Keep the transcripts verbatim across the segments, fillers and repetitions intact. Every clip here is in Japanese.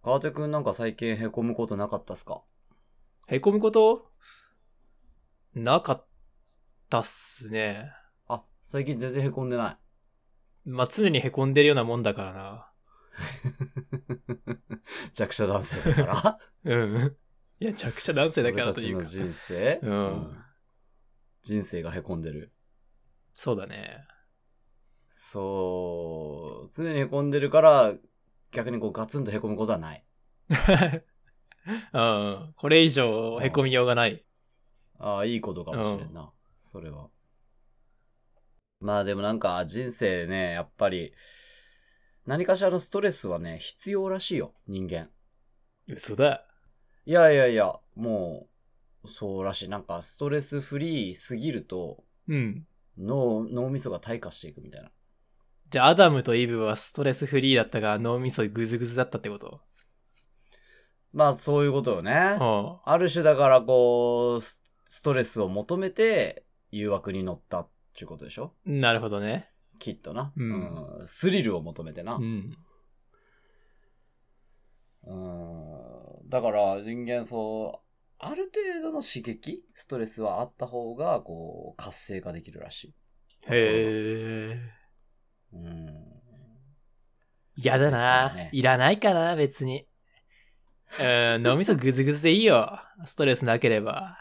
川手くんなんか最近へこむことなかったっすか？ へこむことなかったっすね。 あ、最近全然へこんでない。 まあ、常にへこんでるようなもんだからな。 弱者男性だからうん。いや、弱者男性だからというか。 俺たちの人生、 うん、うん。 人生がへこんでる。 そうだね。 そう、常にへこんでるから、逆にこうガツンとへこむことはない。 うん。これ以上へこみようがない。 ああ、いいことかもしれんな。うん、それは。まあでもなんか人生ね、やっぱり、何かしらのストレスはね、必要らしいよ、人間。 嘘だ。 いやいやいや、もう、そうらしい。なんか、ストレスフリーすぎると、 うん。 脳、脳みそが退化していくみたいな。 じゃあ、アダムとイブはストレスフリーだったが、脳みそグズグズだったってこと？ まあ、そういうことよね。ある種だから、こう、ストレスを求めて、誘惑に乗ったっていうことでしょ？ なるほどね。 きっとな。 うん。 うん、スリルを求めてな。 うん。 うん。だから、人間そう、ある程度の刺激、ストレスはあった方が、こう、活性化できるらしい。 へえ。 うん。 嫌だな、ね。いらないかな、別に。うん、脳みそグズグズでいいよ。ストレスなければ。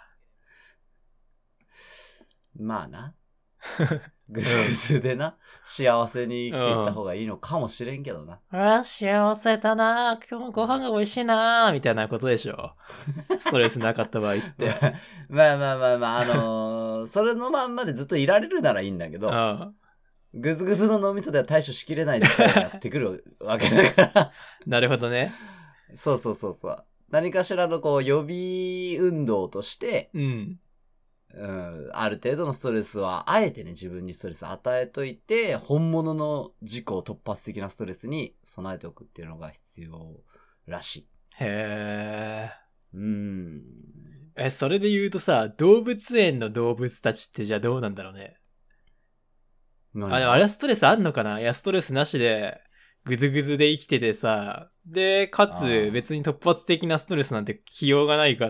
まあな。ぐずぐずでな、幸せに生きていった方がいいのかもしれんけどな。 うん、ああ、幸せだな。今日もご飯が美味しいな。みたいなことでしょ。ストレスなかった場合って。 まあまあまあまあ、あのー、それのまんまでずっといられるならいいんだけど、うん、ぐずぐずの脳みそでは対処しきれない事態がやってくるわけだから。 なるほどね。 そうそうそうそう。何かしらのこう予備運動として、 うん。 うん、ある程度のストレスは、あえてね、自分にストレス与えといて、本物の自己突発的なストレスに備えておくっていうのが必要らしい。 へー。 うーん。 え、それで言うとさ、動物園の動物たちってじゃあどうなんだろうね。あれ、あれはストレスあんのかな？いや、ストレスなしで、ぐずぐずで生きててさ、で、かつ別に突発的なストレスなんて起用がないから、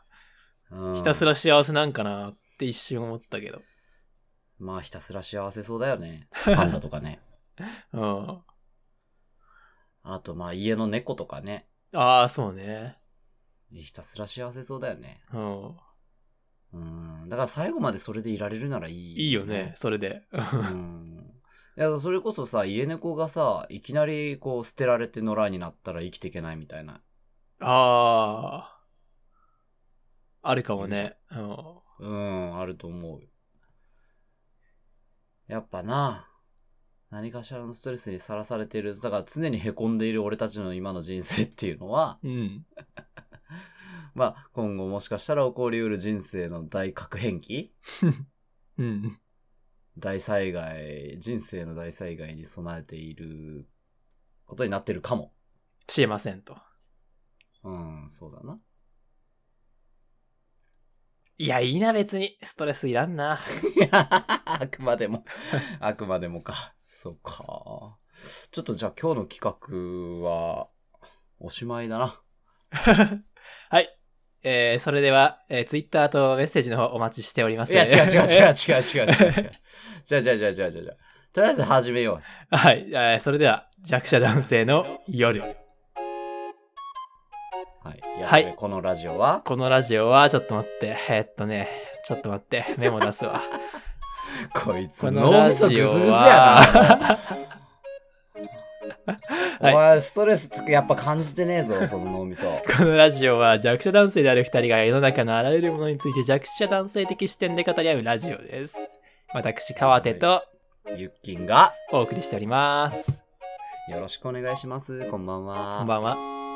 ひたすら幸せなんかなって一瞬思ったけど。 まあひたすら幸せそうだよね。パンダとかね。 うん。 あとまあ家の猫とかね。 ああ、そうね。 ひたすら幸せそうだよね。 うん。 うん。だから最後までそれでいられるならいい、ね。 いいよね、それで。 うん。いや、それこそさ、家猫がさ、いきなりこう捨てられて野良になったら生きていけないみたいな。 ああ。あるかもね。 うん。うん、あると思う。やっぱな、何かしらのストレスにさらされている、だから常に凹んでいる俺たちの今の人生っていうのは、 うん。 まあ、今後もしかしたら起こりうる人生の大核変期うん。 大災害、人生の大災害に備えていることになってるかも。 しれませんと。 うん、そうだな。 いや、いいな、別に。ストレスいらんな。 あくまでも。あくまでもか。そっか。ちょっとじゃあ今日の企画は、おしまいだな。 はい。えー、それでは、えー、ツイッターとメッセージの方お待ちしております。 いや、違う違う違う違う違う違う違う。じゃあじゃあじゃあじゃあじゃあ。とりあえず始めよう。はい。えー、それでは、弱者男性の夜。 はい。はい。このラジオはこのラジオは、ちょっと待って。えー、っとね、ちょっと待って。メモ出すわ。 こいつ、脳みそグズグズやな。お前、ストレスつくやっぱ感じてねえぞ、その脳みそ。 このラジオは弱者男性である二人が世の中のあらゆるものについて弱者男性的視点で語り合うラジオです。私、川手と、 ゆっきんがお送りしております。 よろしくお願いします。こんばんは。 こんばんは。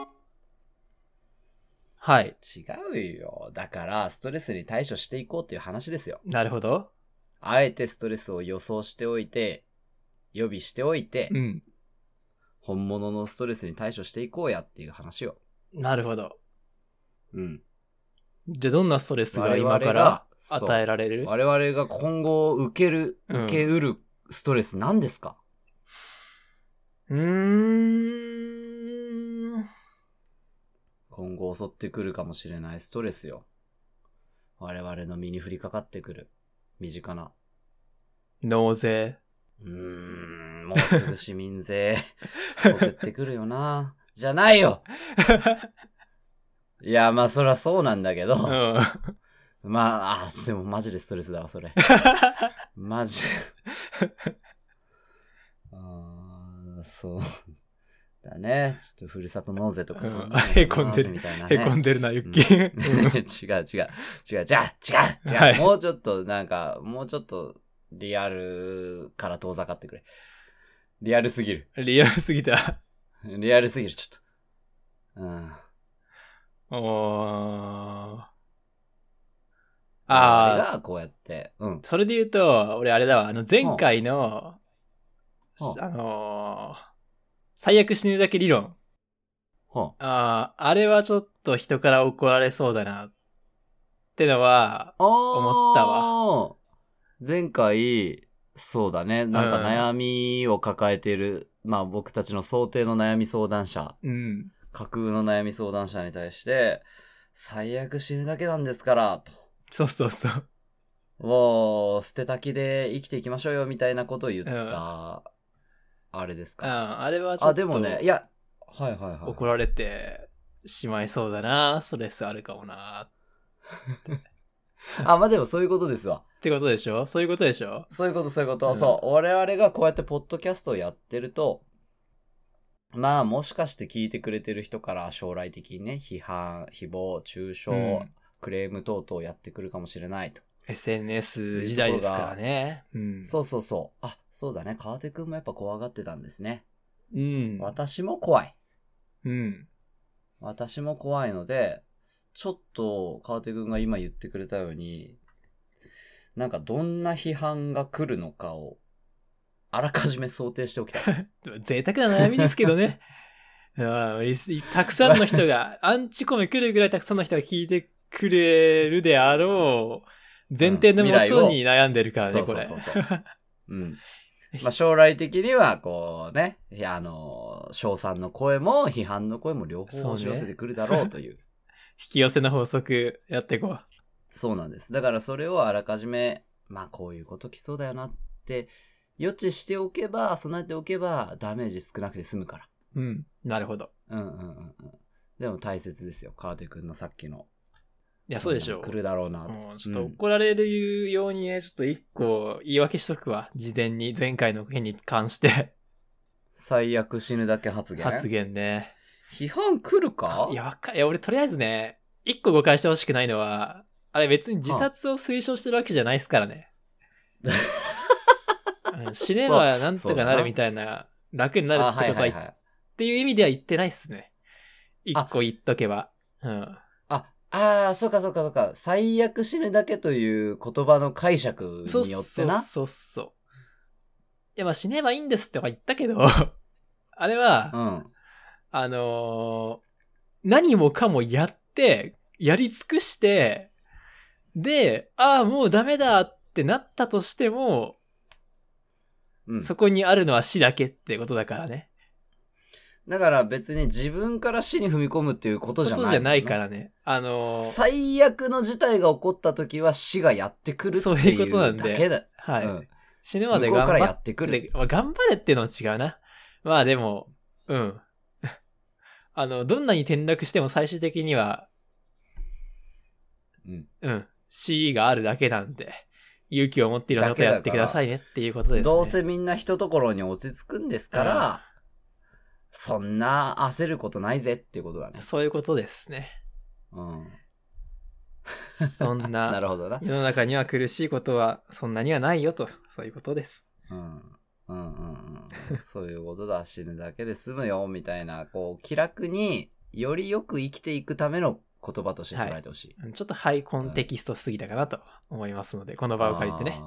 はい。 違うよ。だから、ストレスに対処していこうっていう話ですよ。 なるほど。 あえてストレスを予想しておいて、予備しておいて、 うん。 本物のストレスに対処していこうやっていう話を。 なるほど。 うん。 じゃあどんなストレスが今から与えられる？ 我々が今後受ける、受けうるストレス何ですか？ うーん。 襲ってくるかもしれないストレスよ。我々の身に降りかかってくる。身近な。 納税。 うーん、もうすぐ市民税送ってくるよな。じゃないよいや、まあそりゃそうなんだけど。 うん。 まあ、あ、でもマジでストレスだわ、それ。マジで。あー、そう。だね。ちょっとふるさと納税とか考えないとなうんへこんでるみたいなね。 へこんでるな、ユッキうんー。 違う違う。違う。じゃあ、違う違う、 はいもうちょっと、なんか、もうちょっと、リアルから遠ざかってくれ。リアルすぎる。 リアルすぎた。 リアルすぎる、ちょっと。うん。 おー。 ああが、 ー、 こうやって。うん。 それで言うと、俺あれだわ、あの前回の、 はああのー、最悪死ぬだけ理論。 はああ、あれはちょっと人から怒られそうだな。ってのは、 あ。 思ったわ。 前回、そうだね。なんか悩みを抱えている、まあ僕たちの想定の悩み相談者、 うん。 架空の悩み相談者に対して、最悪死ぬだけなんですから、と。 そうそうそう。 もう、捨てたきで生きていきましょうよ、みたいなことを言った、 うんあれですか。 ああれはちょっあ、 と、 でもね、いや、はいはいはい。 怒られてしまいそうだな。ストレスあるかもな。 あ、まあでもそういうことですわ。 ってことでしょ？そういうことでしょ？ そういうことそういうこと。 うんそう。我々がこうやってポッドキャストをやってると、まあもしかして聞いてくれてる人から将来的にね、批判、誹謗、中傷、 うんクレーム等々やってくるかもしれないと。 エスエヌエス 時代ですからね。うん。 そうそうそう。あ、そうだね。川手くんもやっぱ怖がってたんですね。 うん。 私も怖い。 うん。 私も怖いので、ちょっと川手くんが今言ってくれたように、なんかどんな批判が来るのかを、あらかじめ想定しておきたい。 贅沢な悩みですけどね。ああたくさんの人が、アンチコメ来るぐらいたくさんの人が聞いてくれるであろう、前提のもとに悩んでるからね、これ。 そうそうそうそう。うん。まあ将来的には、こうね、いや、あの、賞賛の声も批判の声も両方押し寄せてくるだろうという。 引き寄せの法則やっていこう。 そうなんです。だからそれをあらかじめ、まあこういうこと来そうだよなって予知しておけば、備えておけばダメージ少なくて済むから。 うん。なるほど。 うんうんうんうん。でも大切ですよ。川手くんのさっきの。 いや、そうでしょう。 来るだろうなと。 うん、ちょっと怒られるようにね、ちょっと一個言い訳しとくわ。事前に、前回の件に関して。 最悪死ぬだけ発言。 発言ね。 批判来るかいや、わかいや、俺とりあえずね、一個誤解してほしくないのは、あれ別に自殺を推奨してるわけじゃないですからね。死ねばなんとかなるみたいな、楽になるってことは、っていう意味では言ってないっすね。一個言っとけば。うん。 あ、ああ、そうかそうかそうか。最悪死ぬだけという言葉の解釈によってな。 そうそうそうそう。いや、まあ死ねばいいんですって言ったけど、あれは、 うん、 あのー、何もかもやって、やり尽くして、で、ああ、もうダメだってなったとしても、うん、そこにあるのは死だけってことだからね。 だから別に自分から死に踏み込むっていうことじゃない、ね。 ことじゃないからね。あのー、 最悪の事態が起こった時は死がやってくるっていうだけだ。そういうことなんで。 はい。 うん、 死ぬまで頑張ってくる。まあ、頑張れっていうのは違うな。まあでも、うん。あの、どんなに転落しても最終的には、うん。うん。死があるだけなんで、勇気を持っていろんなことやってくださいねっていうことですね。 どうせみんな一ところに落ち着くんですから、そんな焦ることないぜっていうことだね。 そういうことですね。 うん。 そんな、なるほどな。世の中には苦しいことはそんなにはないよと、そういうことです。 うん。うんうんうん。そういうことだ、死ぬだけで済むよ、みたいな、こう、気楽によりよく生きていくための言葉として捉えてほしい、 はい。ちょっとハイコンテキストすぎたかなと思いますので、うん、この場を借りてね。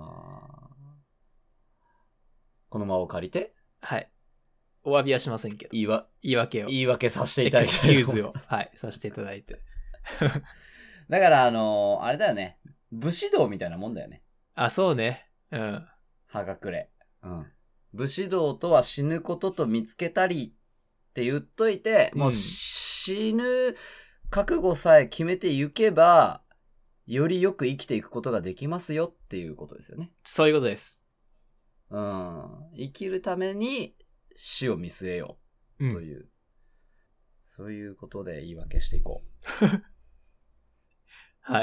この場を借りてはい。お詫びはしませんけど。 言いわ、 言い訳を。 言い訳させていただいて。 エクスキューズを。はい。させていただいて。 だから、あのー、あれだよね。武士道みたいなもんだよね。 あ、そうね。うん。 はがくれ。うん。武士道とは死ぬことと見つけたりって言っといて、うん、もう死ぬ覚悟さえ決めていけば、よりよく生きていくことができますよっていうことですよね。 そういうことです。 うん。生きるために死を見据えようという、うん、そういうことで言い訳していこう。 はい。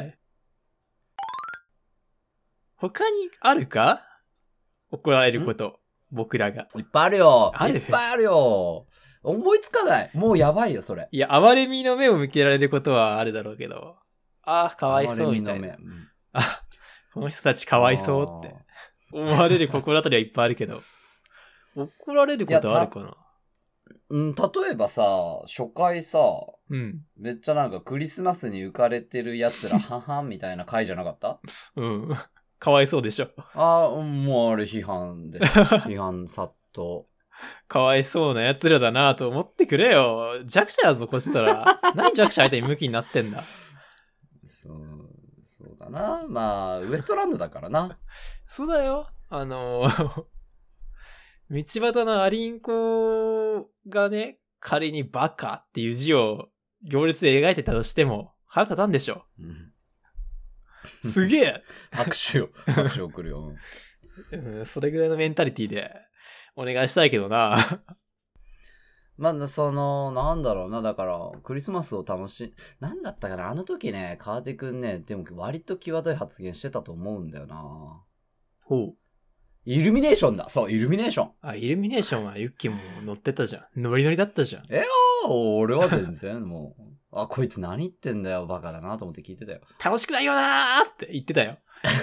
他にあるか？怒られること、僕らが。 いっぱいあるよ。 ある？ いっぱいあるよ。思いつかない。もうやばいよ、それ。 いや、哀れみの目を向けられることはあるだろうけど。ああ、かわいそうみたいな。うん、あ、この人たちかわいそうって思われる心当たりはいっぱいあるけど。怒られることあるかな？ うん、例えばさ、初回さ、 うん。 めっちゃなんかクリスマスに浮かれてる奴ら、ははんみたいな回じゃなかった？ うん。かわいそうでしょ。 ああ、もうあれ批判でしょ。批判殺到。 かわいそうな奴らだなと思ってくれよ。弱者だぞ、こっちとら。何弱者相手に向きになってんだ。 そう、そうだな。まあ、ウエストランドだからな。 そうだよ。あのー、道端のアリンコがね、仮にバカっていう字を行列で描いてたとしても、腹立たんでしょ。うん、すげえ拍手を、拍手を送るよ、 うん。それぐらいのメンタリティでお願いしたいけどな。 まあ、その、なんだろうな、だから、クリスマスを楽し、なんだったかな、あの時ね、川手くんね、でも割と際どい発言してたと思うんだよな。 ほう。 イルミネーションだ。そう、イルミネーション。 あ、イルミネーションはユッキーも乗ってたじゃん。ノリノリだったじゃん。 えー、俺は全然もう、あ、こいつ何言ってんだよ、バカだなと思って聞いてたよ。 楽しくないよなーって言ってたよ。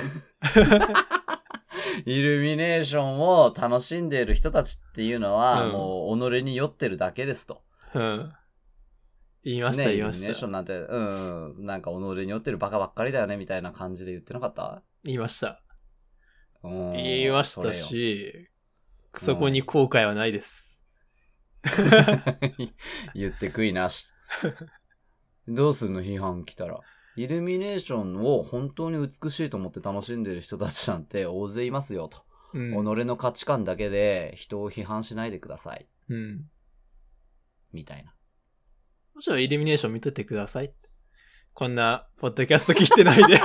イルミネーションを楽しんでいる人たちっていうのは、うん、もう己に酔ってるだけですと。 うん。言いました、ね、言いました。 イルミネーションなんて、うん、なんか己に酔ってるバカばっかりだよね、みたいな感じで言ってなかった？ 言いました。言いましたし、そこに後悔はないです。 言って悔いなし。どうすんの批判来たら。イルミネーションを本当に美しいと思って楽しんでいる人たちなんて大勢いますよと。うん、己の価値観だけで人を批判しないでください。 うん。みたいな。 もちろんイルミネーション見とってください。こんなポッドキャスト聞いてないで。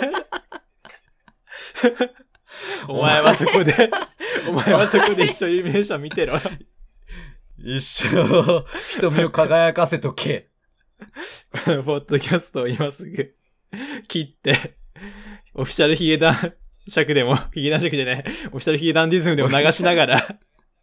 お前はそこで、お前はそこで一緒イルミネーション見てろ。 一緒、瞳を輝かせとけ。 このポッドキャストを今すぐ切って、オフィシャルヒゲダン尺でも、ヒゲダン尺じゃない、オフィシャルヒゲダンディズムでも流しながら。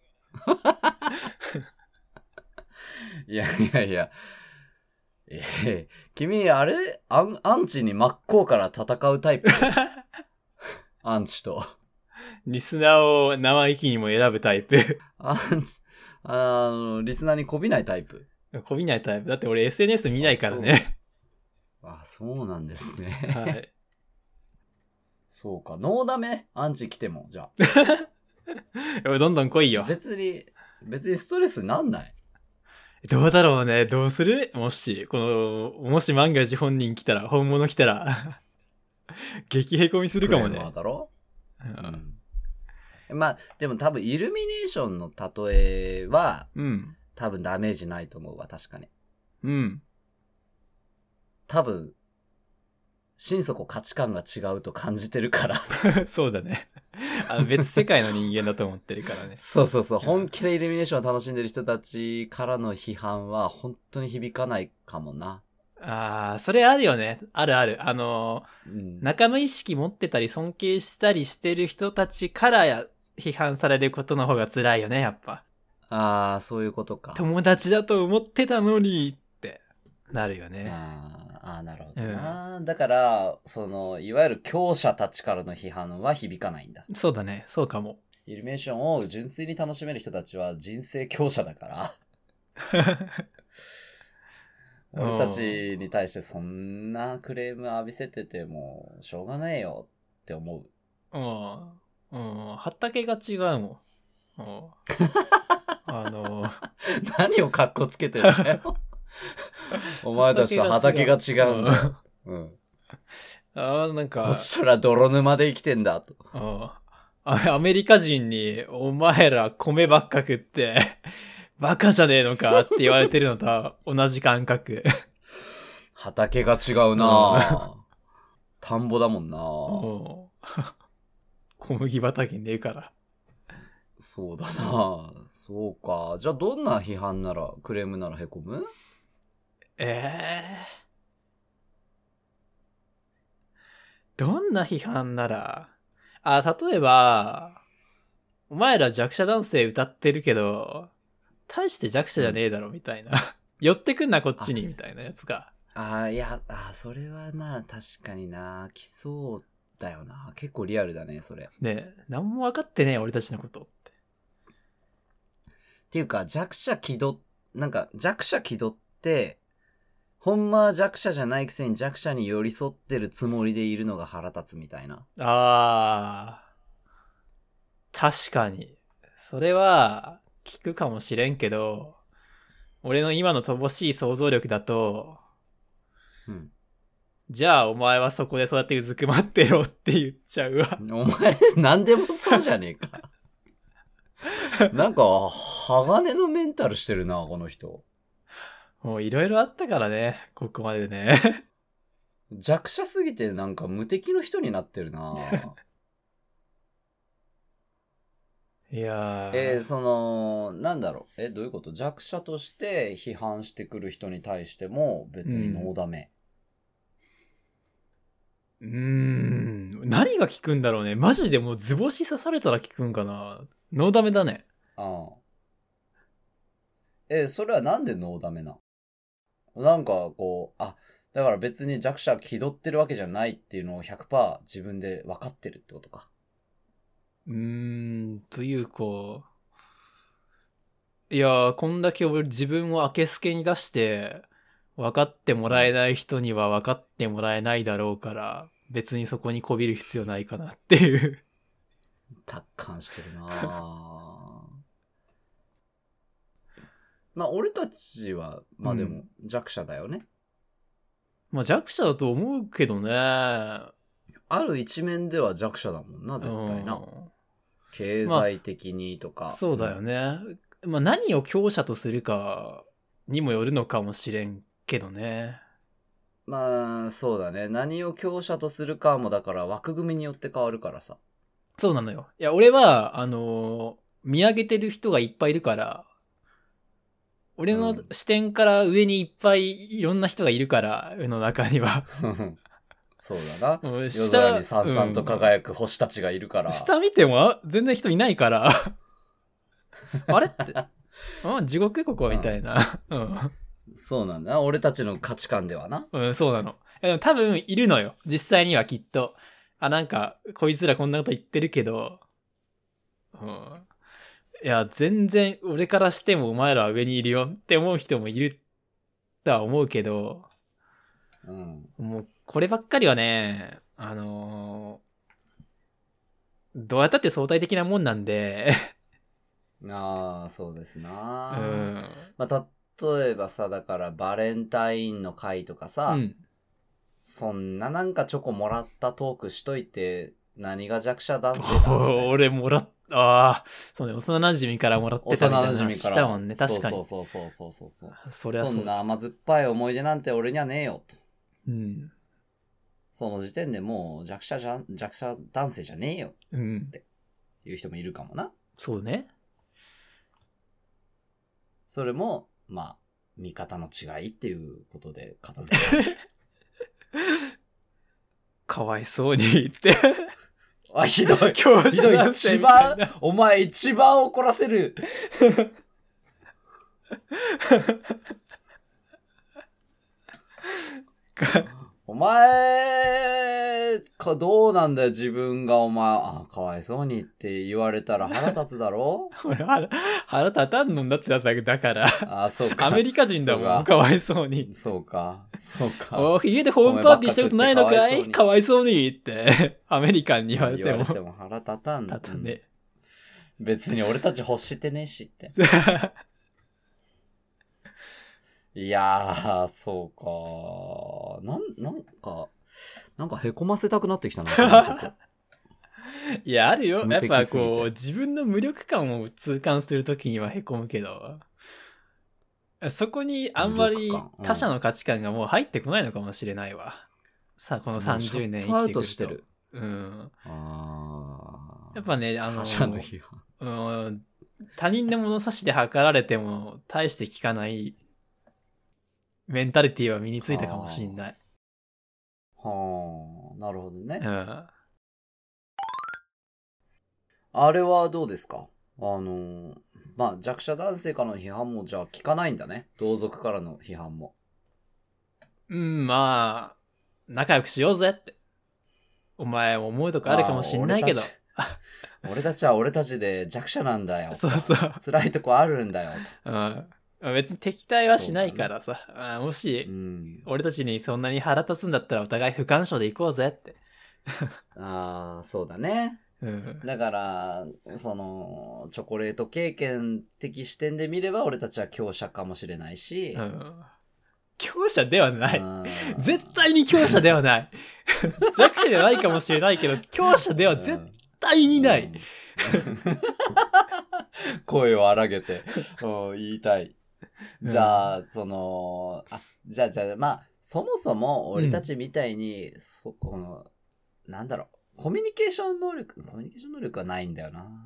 いやいやいや。えー、君、あれアン、アンチに真っ向から戦うタイプアンチと。 リスナーを生意気にも選ぶタイプ。 アンチ、あの、リスナーにこびないタイプ。 こびないタイプ。だって俺 エスエヌエス 見ないからね。 あ、そう。あ、そうなんですね。 はい。 そうか。ノーダメ？アンチ来ても、じゃあ。どんどん来いよ。 別に、別にストレスなんない？ どうだろうね。どうする？もし、この、もし万が一本人来たら、本物来たら、激へこみするかもね。 だろ？うん。まあ、でも多分イルミネーションの例えは、 うん。 多分ダメージないと思うわ、確かに。 うん。 多分、心底価値観が違うと感じてるから。 そうだね。あの別世界の人間だと思ってるからね。 そうそうそう。本気でイルミネーションを楽しんでる人たちからの批判は本当に響かないかもな。 ああ、それあるよね。あるある。あの、うん、仲間意識持ってたり尊敬したりしてる人たちからや批判されることの方が辛いよね、やっぱ。 ああ、そういうことか。 友達だと思ってたのにってなるよね。 ああ、なるほどな、うん。だから、その、いわゆる強者たちからの批判は響かないんだ。 そうだね。そうかも。 イルミネーションを純粋に楽しめる人たちは人生強者だから。俺たちに対してそんなクレーム浴びせててもしょうがないよって思う。 うん。うん。畑が違うもん。あのー、 何をカッコつけてるんだよ。お前たちと畑が違うんだよ。うん。 ああ、なんか。 こっちとら泥沼で生きてんだと。 あアメリカ人に、お前ら米ばっか食って、バカじゃねえのかって言われてるのと同じ感覚。 畑が違うな、うん、田んぼだもんな。 小麦畑ねえから。 そうだな。そうか。じゃあどんな批判なら、クレームならへこむ？ ええー。どんな批判なら、あ、例えば、お前ら弱者男性歌ってるけど、大して弱者じゃねえだろ、みたいな。うん、寄ってくんな、こっちに、みたいなやつが。 ああ、いや、あそれはまあ確かにな。来そうだよな。結構リアルだね、それ。 ねえ、なんも分かってねえ、俺たちのことって。 っていうか、弱者気取っ、なんか弱者気取って、ほんまは弱者じゃないくせに弱者に寄り添ってるつもりでいるのが腹立つみたいな。 あー、確かに。それは、聞くかもしれんけど、俺の今の乏しい想像力だと、 うん。 じゃあお前はそこでそうやってうずくまってろって言っちゃうわ。 お前、なんでもそうじゃねえか。なんか、鋼のメンタルしてるな、この人。 もういろいろあったからね、ここまでね。 弱者すぎてなんか無敵の人になってるな。 いやー。 えー、その、なんだろう。え、どういうこと？弱者として批判してくる人に対しても別にノーダメ。 うーん。何が効くんだろうね。マジでもう図星刺されたら効くんかな。ノーダメだね。 ああ。え、それはなんでノーダメな？なんかこう、あ、だから別に弱者気取ってるわけじゃないっていうのを ひゃくパーセント 自分で分かってるってことか。 うーん、というか、いやー、こんだけ俺自分を明けすけに出して、分かってもらえない人には分かってもらえないだろうから、別にそこにこびる必要ないかなっていう。 達観してるなぁ。まあ俺たちは、まあでも弱者だよね。うん、 まあ弱者だと思うけどね。ある一面では弱者だもんな、絶対な。経済的にとか。 まあ、そうだよね。まあ何を強者とするかにもよるのかもしれんけどね。 まあそうだね。何を強者とするかもだから枠組みによって変わるからさ。 そうなのよ。いや俺はあのー、見上げてる人がいっぱいいるから、俺の視点から上にいっぱいいろんな人がいるから、世の中には。 そうだな。夜空にさんさんと輝く星たちがいるから。 下見ても全然人いないから。あれって。あ、地獄ここみたいな。うん。 そうなんだ。俺たちの価値観ではな。 うん、そうなの。でも多分いるのよ。実際にはきっと。あ、なんか、こいつらこんなこと言ってるけど。うん。いや、全然俺からしてもお前らは上にいるよって思う人もいるとは思うけど。 うん。 もう、こればっかりはね、あのー、どうやったって相対的なもんなんで。 ああ、そうですな。 うん。 まあ、例えばさ、だからバレンタインの会とかさ、うん、そんななんかチョコもらったトークしといて、何が弱者男性だみたいな。 俺もらっ、ああ、そうね、幼馴染からもらってたみたいな話したもんね、確かに。 そうそうそうそうそうそう。 そりゃそう。 そんな甘酸っぱい思い出なんて俺にはねえよ、と。 うん。 その時点でもう弱者じゃ、弱者男性じゃねえよ。 うん。 っていう人もいるかもな。 そうね。 それも、まあ、見方の違いっていうことで片付ける。 かわいそうに言って。 あ、ひどい。今日ひどい。一番、お前一番怒らせる。お前、か、どうなんだよ、自分がお前、あ、かわいそうにって言われたら腹立つだろ俺腹、腹立たんのんだってだっただから。 あ、そうか。 アメリカ人だもん、かわいそうに。 そうか。そうか。 お、家でホームパーティーしたことないのかいかわいそうにって、アメリカンに言われても。 言われても腹立たん。 立たね。 別に俺たち欲してねえしって。いやー、そうか。なん、なんか、なんか凹ませたくなってきたな。 いや、あるよ。やっぱこう、自分の無力感を痛感するときには凹むけど。 そこにあんまり無力感うん他者の価値観がもう入ってこないのかもしれないわ。さあ、このさんじゅうねん生きてくると。 シャットアウトしてる。 うん。 あやっぱね、あの他者の批判。 うん、他人の物差しで測られても大して効かないメンタリティは身についたかもしんない。 はあ、なるほどね。 うん。 あれはどうですか？あの、まあ、弱者男性からの批判もじゃあ聞かないんだね。同族からの批判も。 うん、まあ、仲良くしようぜって。お前も思うとこあるかもしんないけど。 俺たちは俺たちで弱者なんだよ。 そうそう。 辛いとこあるんだよ。 うん。別に敵対はしないからさ。ね、もし、 うん、 俺たちにそんなに腹立つんだったらお互い不干渉で行こうぜって。 ああ、そうだね。 うん、 だから、その、チョコレート経験的視点で見れば俺たちは強者かもしれないし。 うん、強者ではない。絶対に強者ではない。弱者ではないかもしれないけど、強者では絶対にない。うんうん、 声を荒げて言いたい。じゃあ、うん、その、あ、じゃあじゃあ、まあ、そもそも俺たちみたいに、うん、そこの、なんだろう、コミュニケーション能力、コミュニケーション能力はないんだよな。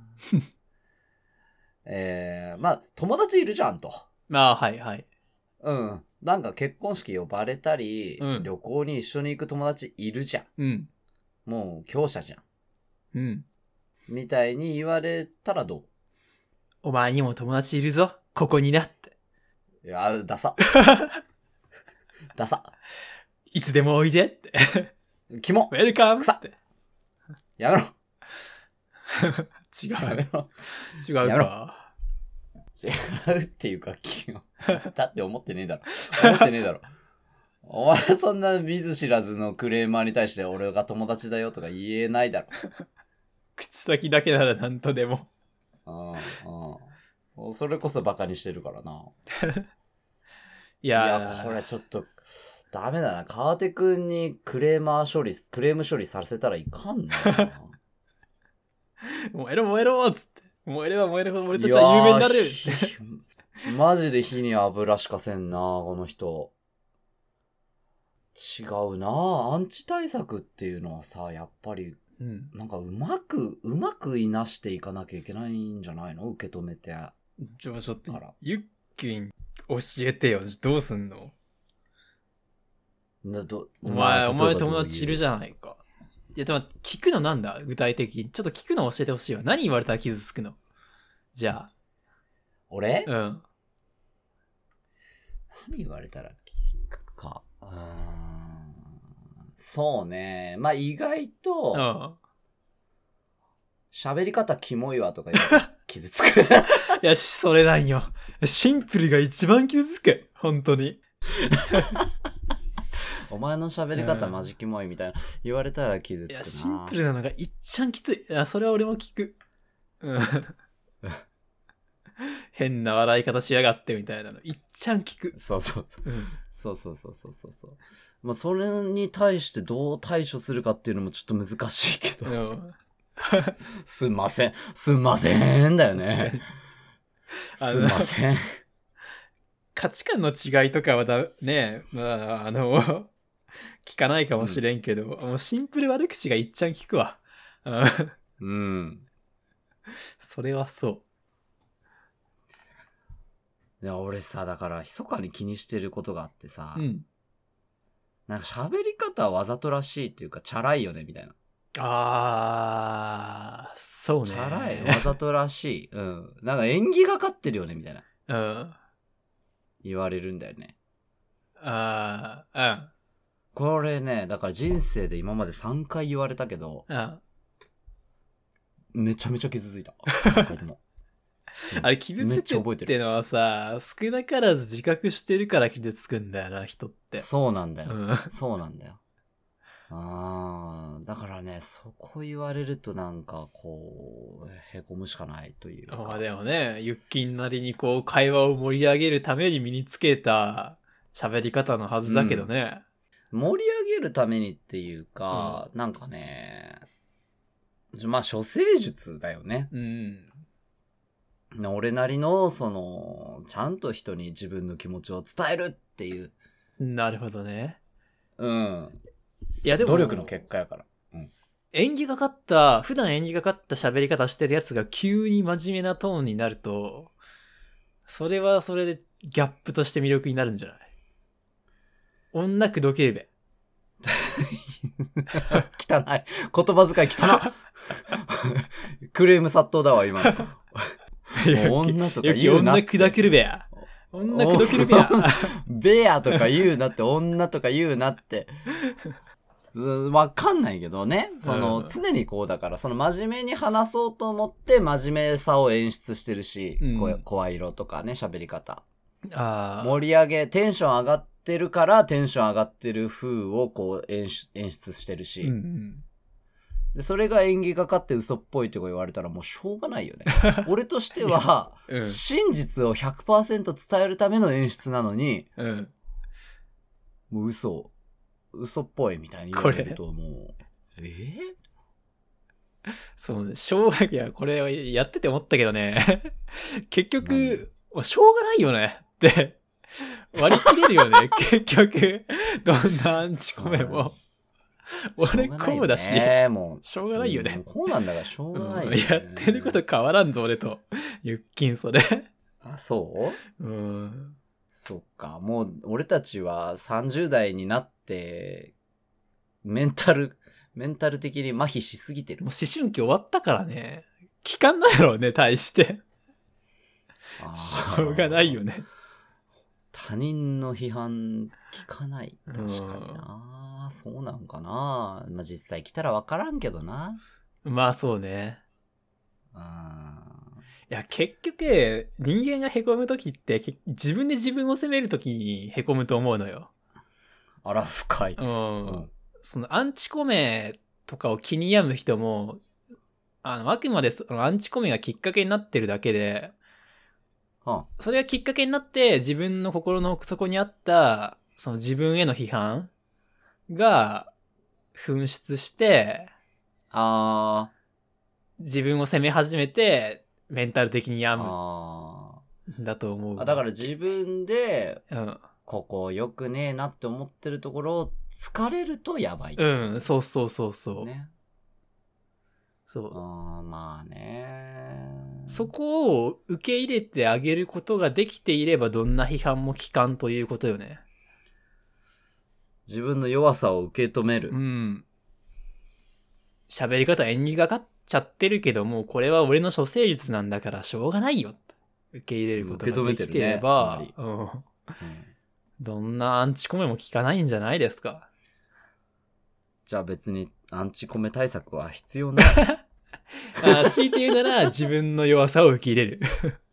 えー、まあ、友達いるじゃんと。 まあ、はいはい。 うん。なんか結婚式呼ばれたり、うん、旅行に一緒に行く友達いるじゃん。 うん。 もう強者じゃん。 うん。 みたいに言われたらどう？ お前にも友達いるぞ、ここになって。 いや、ダサ。ダサ。 いつでもおいでって。 キモ。 ウェルカムって。 やめろ。 違う。 やめろ。 違うか。 違うっていうか、だって思ってねえだろ。思ってねえだろ。お前そんな見ず知らずのクレーマーに対して俺が友達だよとか言えないだろ。 口先だけなら何とでも。 ああ、それこそバカにしてるからな。 いやいや、これちょっと、ダメだな。川手くんにクレーマー処理、クレーム処理させたらいかんな。 燃えろ燃えろっつって。燃えれば燃えるほど俺たちは有名になる。 マジで火に油しかせんな、この人。違うな。アンチ対策っていうのはさ、やっぱり、うん、なんかうまく、うまくいなしていかなきゃいけないんじゃないの？受け止めて。 ちょ、ちょっと、ゆっきん教えてよ。どうすんの？どお前、お前友達いるじゃないか。いや、でも聞くのなんだ？具体的に。ちょっと聞くの教えてほしいわ。何言われたら傷つくの？じゃあ。 俺？ うん。 何言われたら聞くか。うーん。そうね。まあ、意外と、喋り方キモいわとか言って傷つく。 いや、それなんよ。シンプルが一番傷つく。本当に。 お前の喋り方マジキモいみたいな言われたら傷つくな。いや、 シンプルなのが一番きつい。いや、それは俺も聞く。うん。変な笑い方しやがってみたいなの。いっちゃん聞く。 そうそう。うん、そうそうそうそうそうそう。まあ、それに対してどう対処するかっていうのもちょっと難しいけど。うん、すんません。すんませんだよね。すんません。 価値観の違いとかはだ、ね、まあ、あの、聞かないかもしれんけど、うん、もうシンプル悪口がいっちゃん聞くわ。 うん。 それはそう。 いや、俺さ、だから、密かに気にしてることがあってさ、 うん、 なんか喋り方はわざとらしいっていうか、チャラいよね、みたいな。 あー、そうね。 チャラい、わざとらしい。うん。なんか演技がかってるよね、みたいな。 うん。 言われるんだよね。 あー、うん。 これね、だから人生で今までさんかい言われたけど、 うん。 めちゃめちゃ傷ついた。でもあれ傷つくってのはさ、少なからず自覚してるから傷つくんだよな、人って。 そうなんだよ。うん、そうなんだよ。ああ、だからね、そこ言われるとなんかこう、へこむしかないというか。 まあでもね、ゆっきんなりにこう会話を盛り上げるために身につけた喋り方のはずだけどね。 うん、盛り上げるためにっていうか、うん、なんかね、まあ、処世術だよね。 うん。 俺なりの、その、ちゃんと人に自分の気持ちを伝えるっていう。 なるほどね。 うん。 いやでも、 努力の結果やから。うん。 演技がかった、普段演技がかった喋り方してるやつが急に真面目なトーンになると、それはそれでギャップとして魅力になるんじゃない？女くどけべ。 汚い。言葉遣い汚い。クレーム殺到だわ、今の。もう女とか言うなって。 女くだけるべや。女くどけるべや。 べやとか言うなって、女とか言うなって。わかんないけどね。その、うん、常にこうだから、その真面目に話そうと思って真面目さを演出してるし、うん、声色とかね、喋り方。 あ盛り上げ、テンション上がってるからテンション上がってる風をこう演出、演出してるし、 うんうん、 で、それが演技がかって嘘っぽいとか言われたらもうしょうがないよね。俺としては、うん、真実を ひゃくパーセント 伝えるための演出なのに、 うん、 もう嘘、嘘っぽいみたいに言われるともう、えー、 そうね、しょうがない。いや、これやってて思ったけどね。結局、しょうがないよねって。割り切れるよね。結局、どんなアンチコメも。俺こうだし、 もうしょうがないよね。 もうこうなんだからしょうがないよね、 うん。やってること変わらんぞ、俺と。ゆっきんそで。 あ、そううん。 そっか。もう、俺たちはさんじゅう代になって、メンタル、メンタル的に麻痺しすぎてる。 もう思春期終わったからね。聞かんないだろうね、対して。しょうがないよね。 他人の批判聞かない。確かにな。そうなんかな。まあ、実際来たら分からんけどな。 まあそうね。 あいや結局人間が凹むときって自分で自分を責めるときに凹むと思うのよ。 あら深い。 うん。うん、そのアンチコメとかを気に病む人もあのあくまでそのアンチコメがきっかけになってるだけで。それがきっかけになって自分の心の奥底にあったその自分への批判が噴出してあ自分を責め始めてメンタル的に病むんだと思う。 あだから自分で、 うん、 ここ良くねえなって思ってるところを疲れるとやばい。 うんそうそうそうそう。ね。そう。 あまあね。 そこを受け入れてあげることができていればどんな批判も効かんということよね。 自分の弱さを受け止める。 うん。喋り方演技がかっちゃってるけども、これは俺の処世術なんだからしょうがないよ。受け入れることができていれば、ね、うん、うん。どんなアンチコメも効かないんじゃないですか。 じゃあ別にアンチコメ対策は必要ない。 あ強いて言うなら自分の弱さを受け入れる。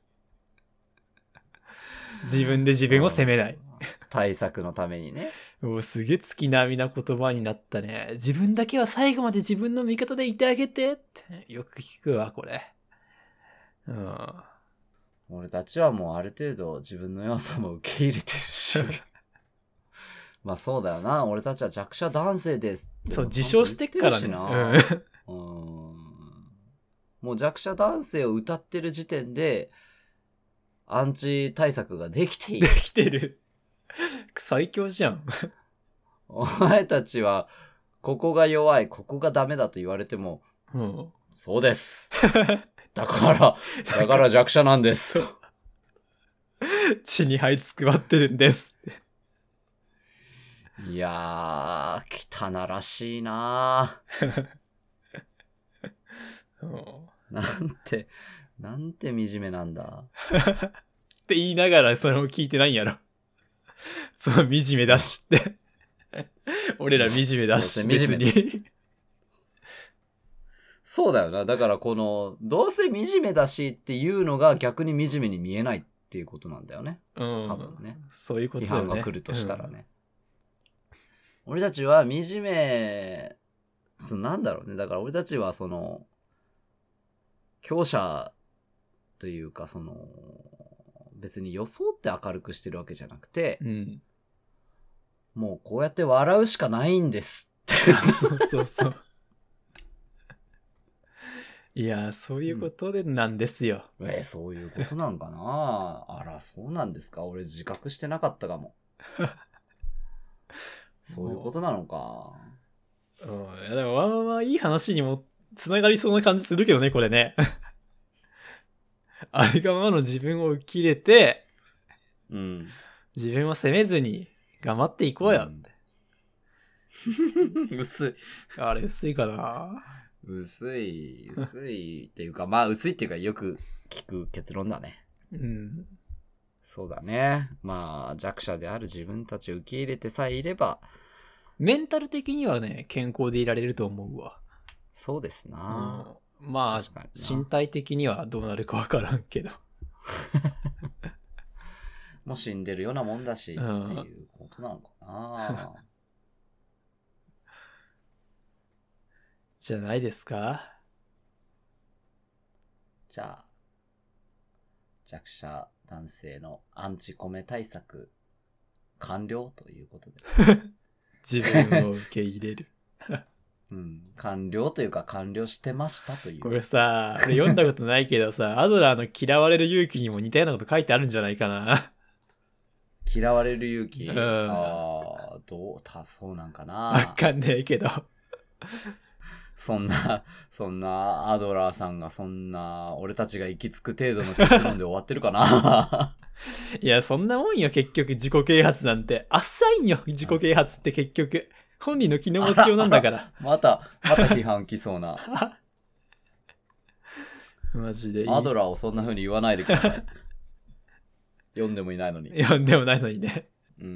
自分で自分を責めない。 対策のためにね。 もうすげえ月並みな言葉になったね。自分だけは最後まで自分の味方でいてあげてってよく聞くわこれ。うん。 俺たちはもうある程度自分の弱さも受け入れてるし。まあそうだよな。俺たちは弱者男性ですって。 そう自称してっからね。 うん。もう弱者男性を歌ってる時点でアンチ対策ができている。 できてる。最強じゃん。 お前たちはここが弱い、ここがダメだと言われても、 うん、 そうです。だからだから弱者なんです。 血に這いつくばってるんです。 いやー、汚らしいなー。なんて、なんて惨めなんだ。 って言いながらそれを聞いてないんやろ。そう、惨めだしって。俺ら惨めだし、惨めに。 そうだよな。だからこの、どうせ惨めだしっていうのが逆に惨めに見えないっていうことなんだよね。 うん。 多分ね。 そういうことだよね。 批判が来るとしたらね。うん、俺たちは惨め、なんだろうね。だから俺たちはその、強者というかその、別に装って明るくしてるわけじゃなくて、 うん、 もうこうやって笑うしかないんですって。 そうそうそう。 いや、そういうことでなんですよ。 うん、えー、そういうことなんかな。あら、そうなんですか。俺自覚してなかったかも。そういうことなのか。 うん。いやでもまあまあまあいい話にも繋がりそうな感じするけどね、これね。ありがままの自分を受け入れて、 うん。 自分を責めずに頑張っていこうよって。 うん、薄い。 あれ薄いかな。 薄い、薄いっていうか、まあ薄いっていうかよく聞く結論だね。 うん。 そうだね。まあ弱者である自分たちを受け入れてさえいれば、 メンタル的にはね、健康でいられると思うわ。 そうですな。 うん、まあ、身体的にはどうなるかわからんけど。 もう死んでるようなもんだし、っていうことなのかな。 じゃないですか。 じゃあ、弱者男性のアンチコメ対策完了ということで。 自分を受け入れる。 うん、完了というか完了してましたという。 これさ、俺読んだことないけどさ、アドラーの嫌われる勇気にも似たようなこと書いてあるんじゃないかな。 嫌われる勇気、 うん、 ああ、どうた、そうなんかな。 わかんねえけど。 そんな、そんな、アドラーさんがそんな、俺たちが行き着く程度の結論で終わってるかな。 いや、そんなもんよ、結局、自己啓発なんて。浅いんよ、自己啓発って結局。本人の気の持ちようなんだから。 また、また批判来そうな。 マジでいい。 アドラーをそんな風に言わないでください。読んでもいないのに。 読んでもないのにね。 うん。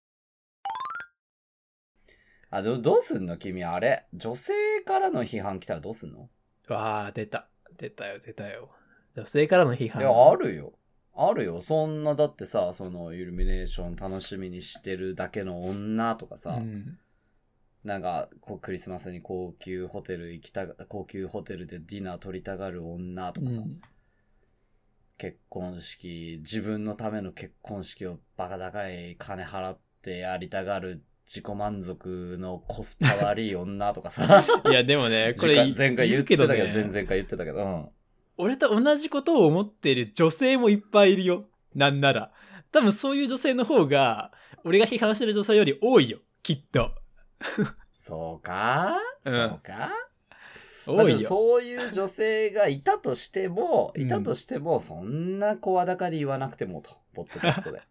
あ、ど、どうすんの君、あれ。女性からの批判来たらどうすんの？ わあ、出た。出たよ、出たよ。女性からの批判。 いや、あるよ。あるよ。そんな、だってさ、その、イルミネーション楽しみにしてるだけの女とかさ、うん、なんか、こう、クリスマスに高級ホテル行きたが、高級ホテルでディナー取りたがる女とかさ、うん、結婚式、自分のための結婚式をバカ高い金払ってやりたがる自己満足のコスパ悪い女とかさ。 いや、でもね、これ、 前回言ってたけど、前々回言ってたけど、うん。 俺と同じことを思ってる女性もいっぱいいるよ。なんなら。多分そういう女性の方が、俺が批判してる女性より多いよ。きっと。 そうか、うん、そうか多いよ、 まあ、そういう女性がいたとしても、いたとしても、うん、そんな声高に言わなくてもと、ポッドキャストで。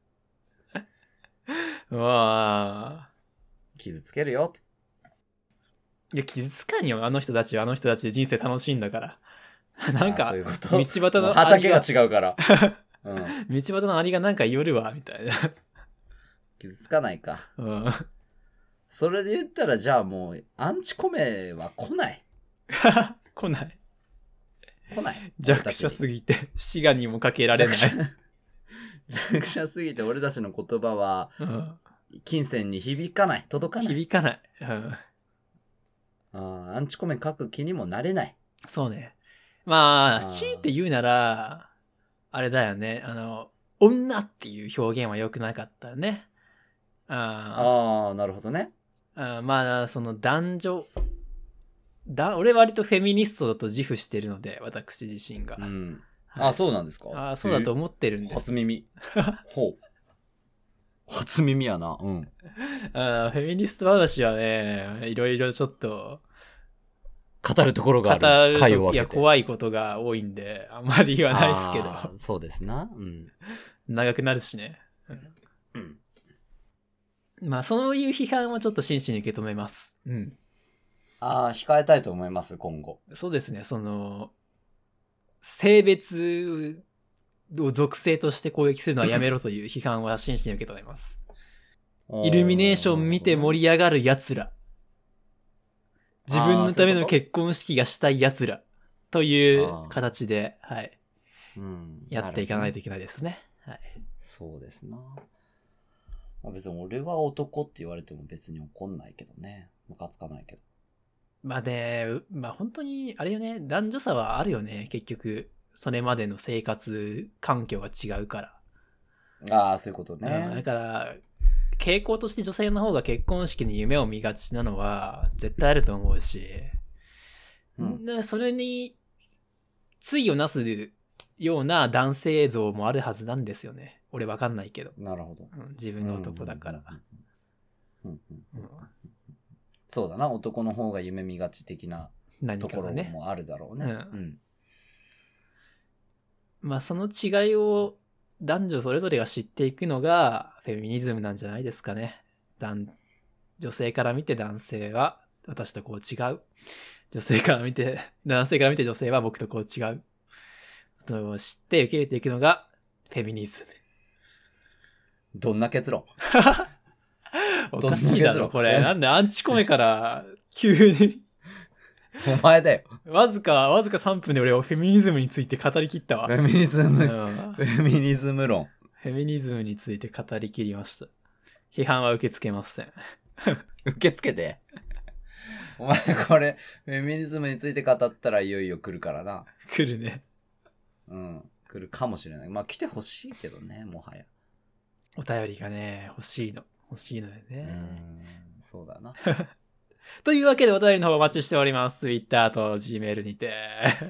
わあ。 傷つけるよって。 いや、傷つかんよ。あの人たちはあの人たちで人生楽しいんだから。なんか、うう道端の畑が違うから。 うん、道端のアリがなんか言るわ、みたいな。 傷つかないか。 うん。 それで言ったら、じゃあもう、アンチコメは来ない。 来ない。 来ない。 弱者すぎて、滋賀にもかけられない。 弱者すぎて、俺たちの言葉は、うん、金銭に響かない。届かない。 響かない。うん、 あアンチコメ書く気にもなれない。 そうね。まあ、強いて言うなら、あれだよね。あの、女っていう表現は良くなかったね。 ああ、なるほどね。 あまあ、その男女、だ俺割とフェミニストだと自負してるので、私自身が。 うん。はい、あ、そうなんですか？ あそうだと思ってるんです。 初耳。ほう。初耳やな。うん。 あフェミニスト話はね、いろいろちょっと、 語るところがある。 語るといや、怖いことが多いんで、あんまり言わないですけど。 そうですな。うん。 長くなるしね。うん。まあ、そういう批判はちょっと真摯に受け止めます。うん。 ああ、控えたいと思います、今後。 そうですね、その、性別を属性として攻撃するのはやめろという批判は真摯に受け止めます。イルミネーション見て盛り上がる奴ら。自分のための結婚式がしたい奴ら。という形で、はい。うん、やっていかないといけないですね。はい。 そうですな。まあ、別に俺は男って言われても別に怒んないけどね。ムカつかないけど。 まあね、まあ本当に、あれよね、男女差はあるよね、結局。それまでの生活環境が違うから。 ああ、そういうことね。 うん、だから、傾向として女性の方が結婚式に夢を見がちなのは絶対あると思うし、 うんそれに、対をなすような男性像もあるはずなんですよね。俺わかんないけど。 なるほど。 うん、自分が男だから。 うんうんうんうん、そうだな、男の方が夢見がち的なところもあるだろうね。 うんうん、 まあその違いを男女それぞれが知っていくのがフェミニズムなんじゃないですかね。女性から見て男性は私とこう違う。女性から見て、男性から見て女性は僕とこう違う。それを知って受け入れていくのがフェミニズム。 どんな結論おかしいだろ、これ。なんでアンチコメから急に。 お前だよ。 わずか、わずかさんぷんで俺はフェミニズムについて語り切ったわ。 フェミニズム、 うん、 フェミニズム論。 フェミニズムについて語り切りました。批判は受け付けません。 受け付けて。お前これ、フェミニズムについて語ったらいよいよ来るからな。 来るね。 うん。来るかもしれない。まあ来てほしいけどね、もはや。 お便りがね、欲しいの。欲しいのよね。 うーん、そうだな。 というわけでお便りの方お待ちしております。Twitter と Gmail にて。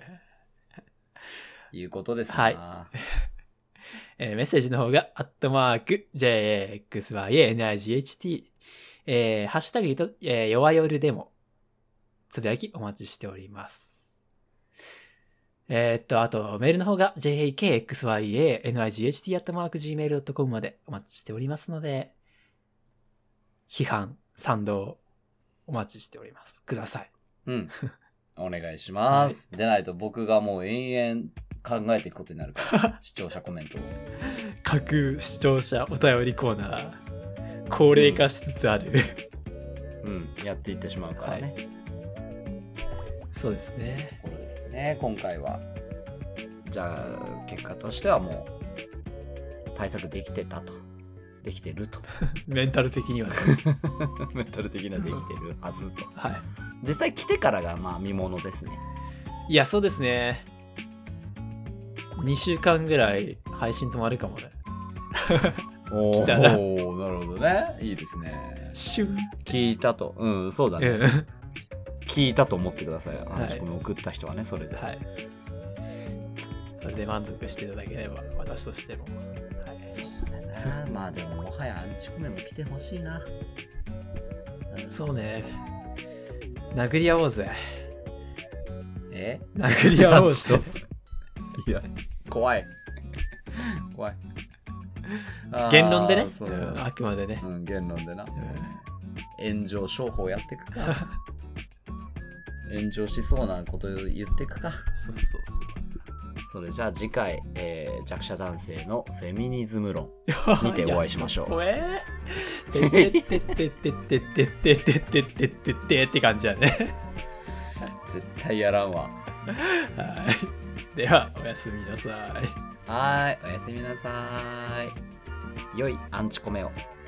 いうことですね。 はい。えー、メッセージの方が、アットマーク、ジェイエーエックスワイエーエヌアイジーエイチティー、えー、ハッシュタグゆと、えー、弱夜でも、つぶやきお待ちしております。えー、っと、あと、メールの方が、ジェイエーケーエックスワイエーエヌアイジーエイチティー アットマーク ジーメールドットコム までお待ちしておりますので、批判、賛同、お待ちしております。ください。 うん。お願いします。はい、でないと僕がもう延々考えていくことになるから、視聴者コメントを。 各視聴者お便りコーナー、高齢化しつつある。 うん、うん、やっていってしまうからね。はい、 そうですね。 ところですね、今回は。じゃあ、結果としてはもう、対策できてたと。できてると。 メンタル的にはね。 メンタル的にはできてるはずと。 はい。 実際来てからがまあ見ものですね。 いや、そうですね。にしゅうかんぐらい配信止まるかもね。 お来たらお、なるほどね。いいですね。 シュン。 聞いたと。うん、そうだね。 うん、 聞いたと思ってください。話この送った人はね、それで。 はい。それで満足していただければ、私としても。はい、 そうだな。まあでも、もはやアンチコメも来てほしいな。 そうね。殴り合おうぜ。 え殴り合おうぜ。 いや、怖い。怖い。 言論でね、 そう、 うん、あくまでね。 うん、言論でな。うん、炎上商法やってくか。炎上しそうなことを言ってくか。 そうそうそう。 それじゃあ次回、えー、弱者男性のフェミニズム論にてお会いしましょう。 怖えー。てってってってってってってってってってってってって感じやね。 絶対やらんわ。 はい。では、おやすみなさい。 はい、おやすみなさい。良いアンチコメを。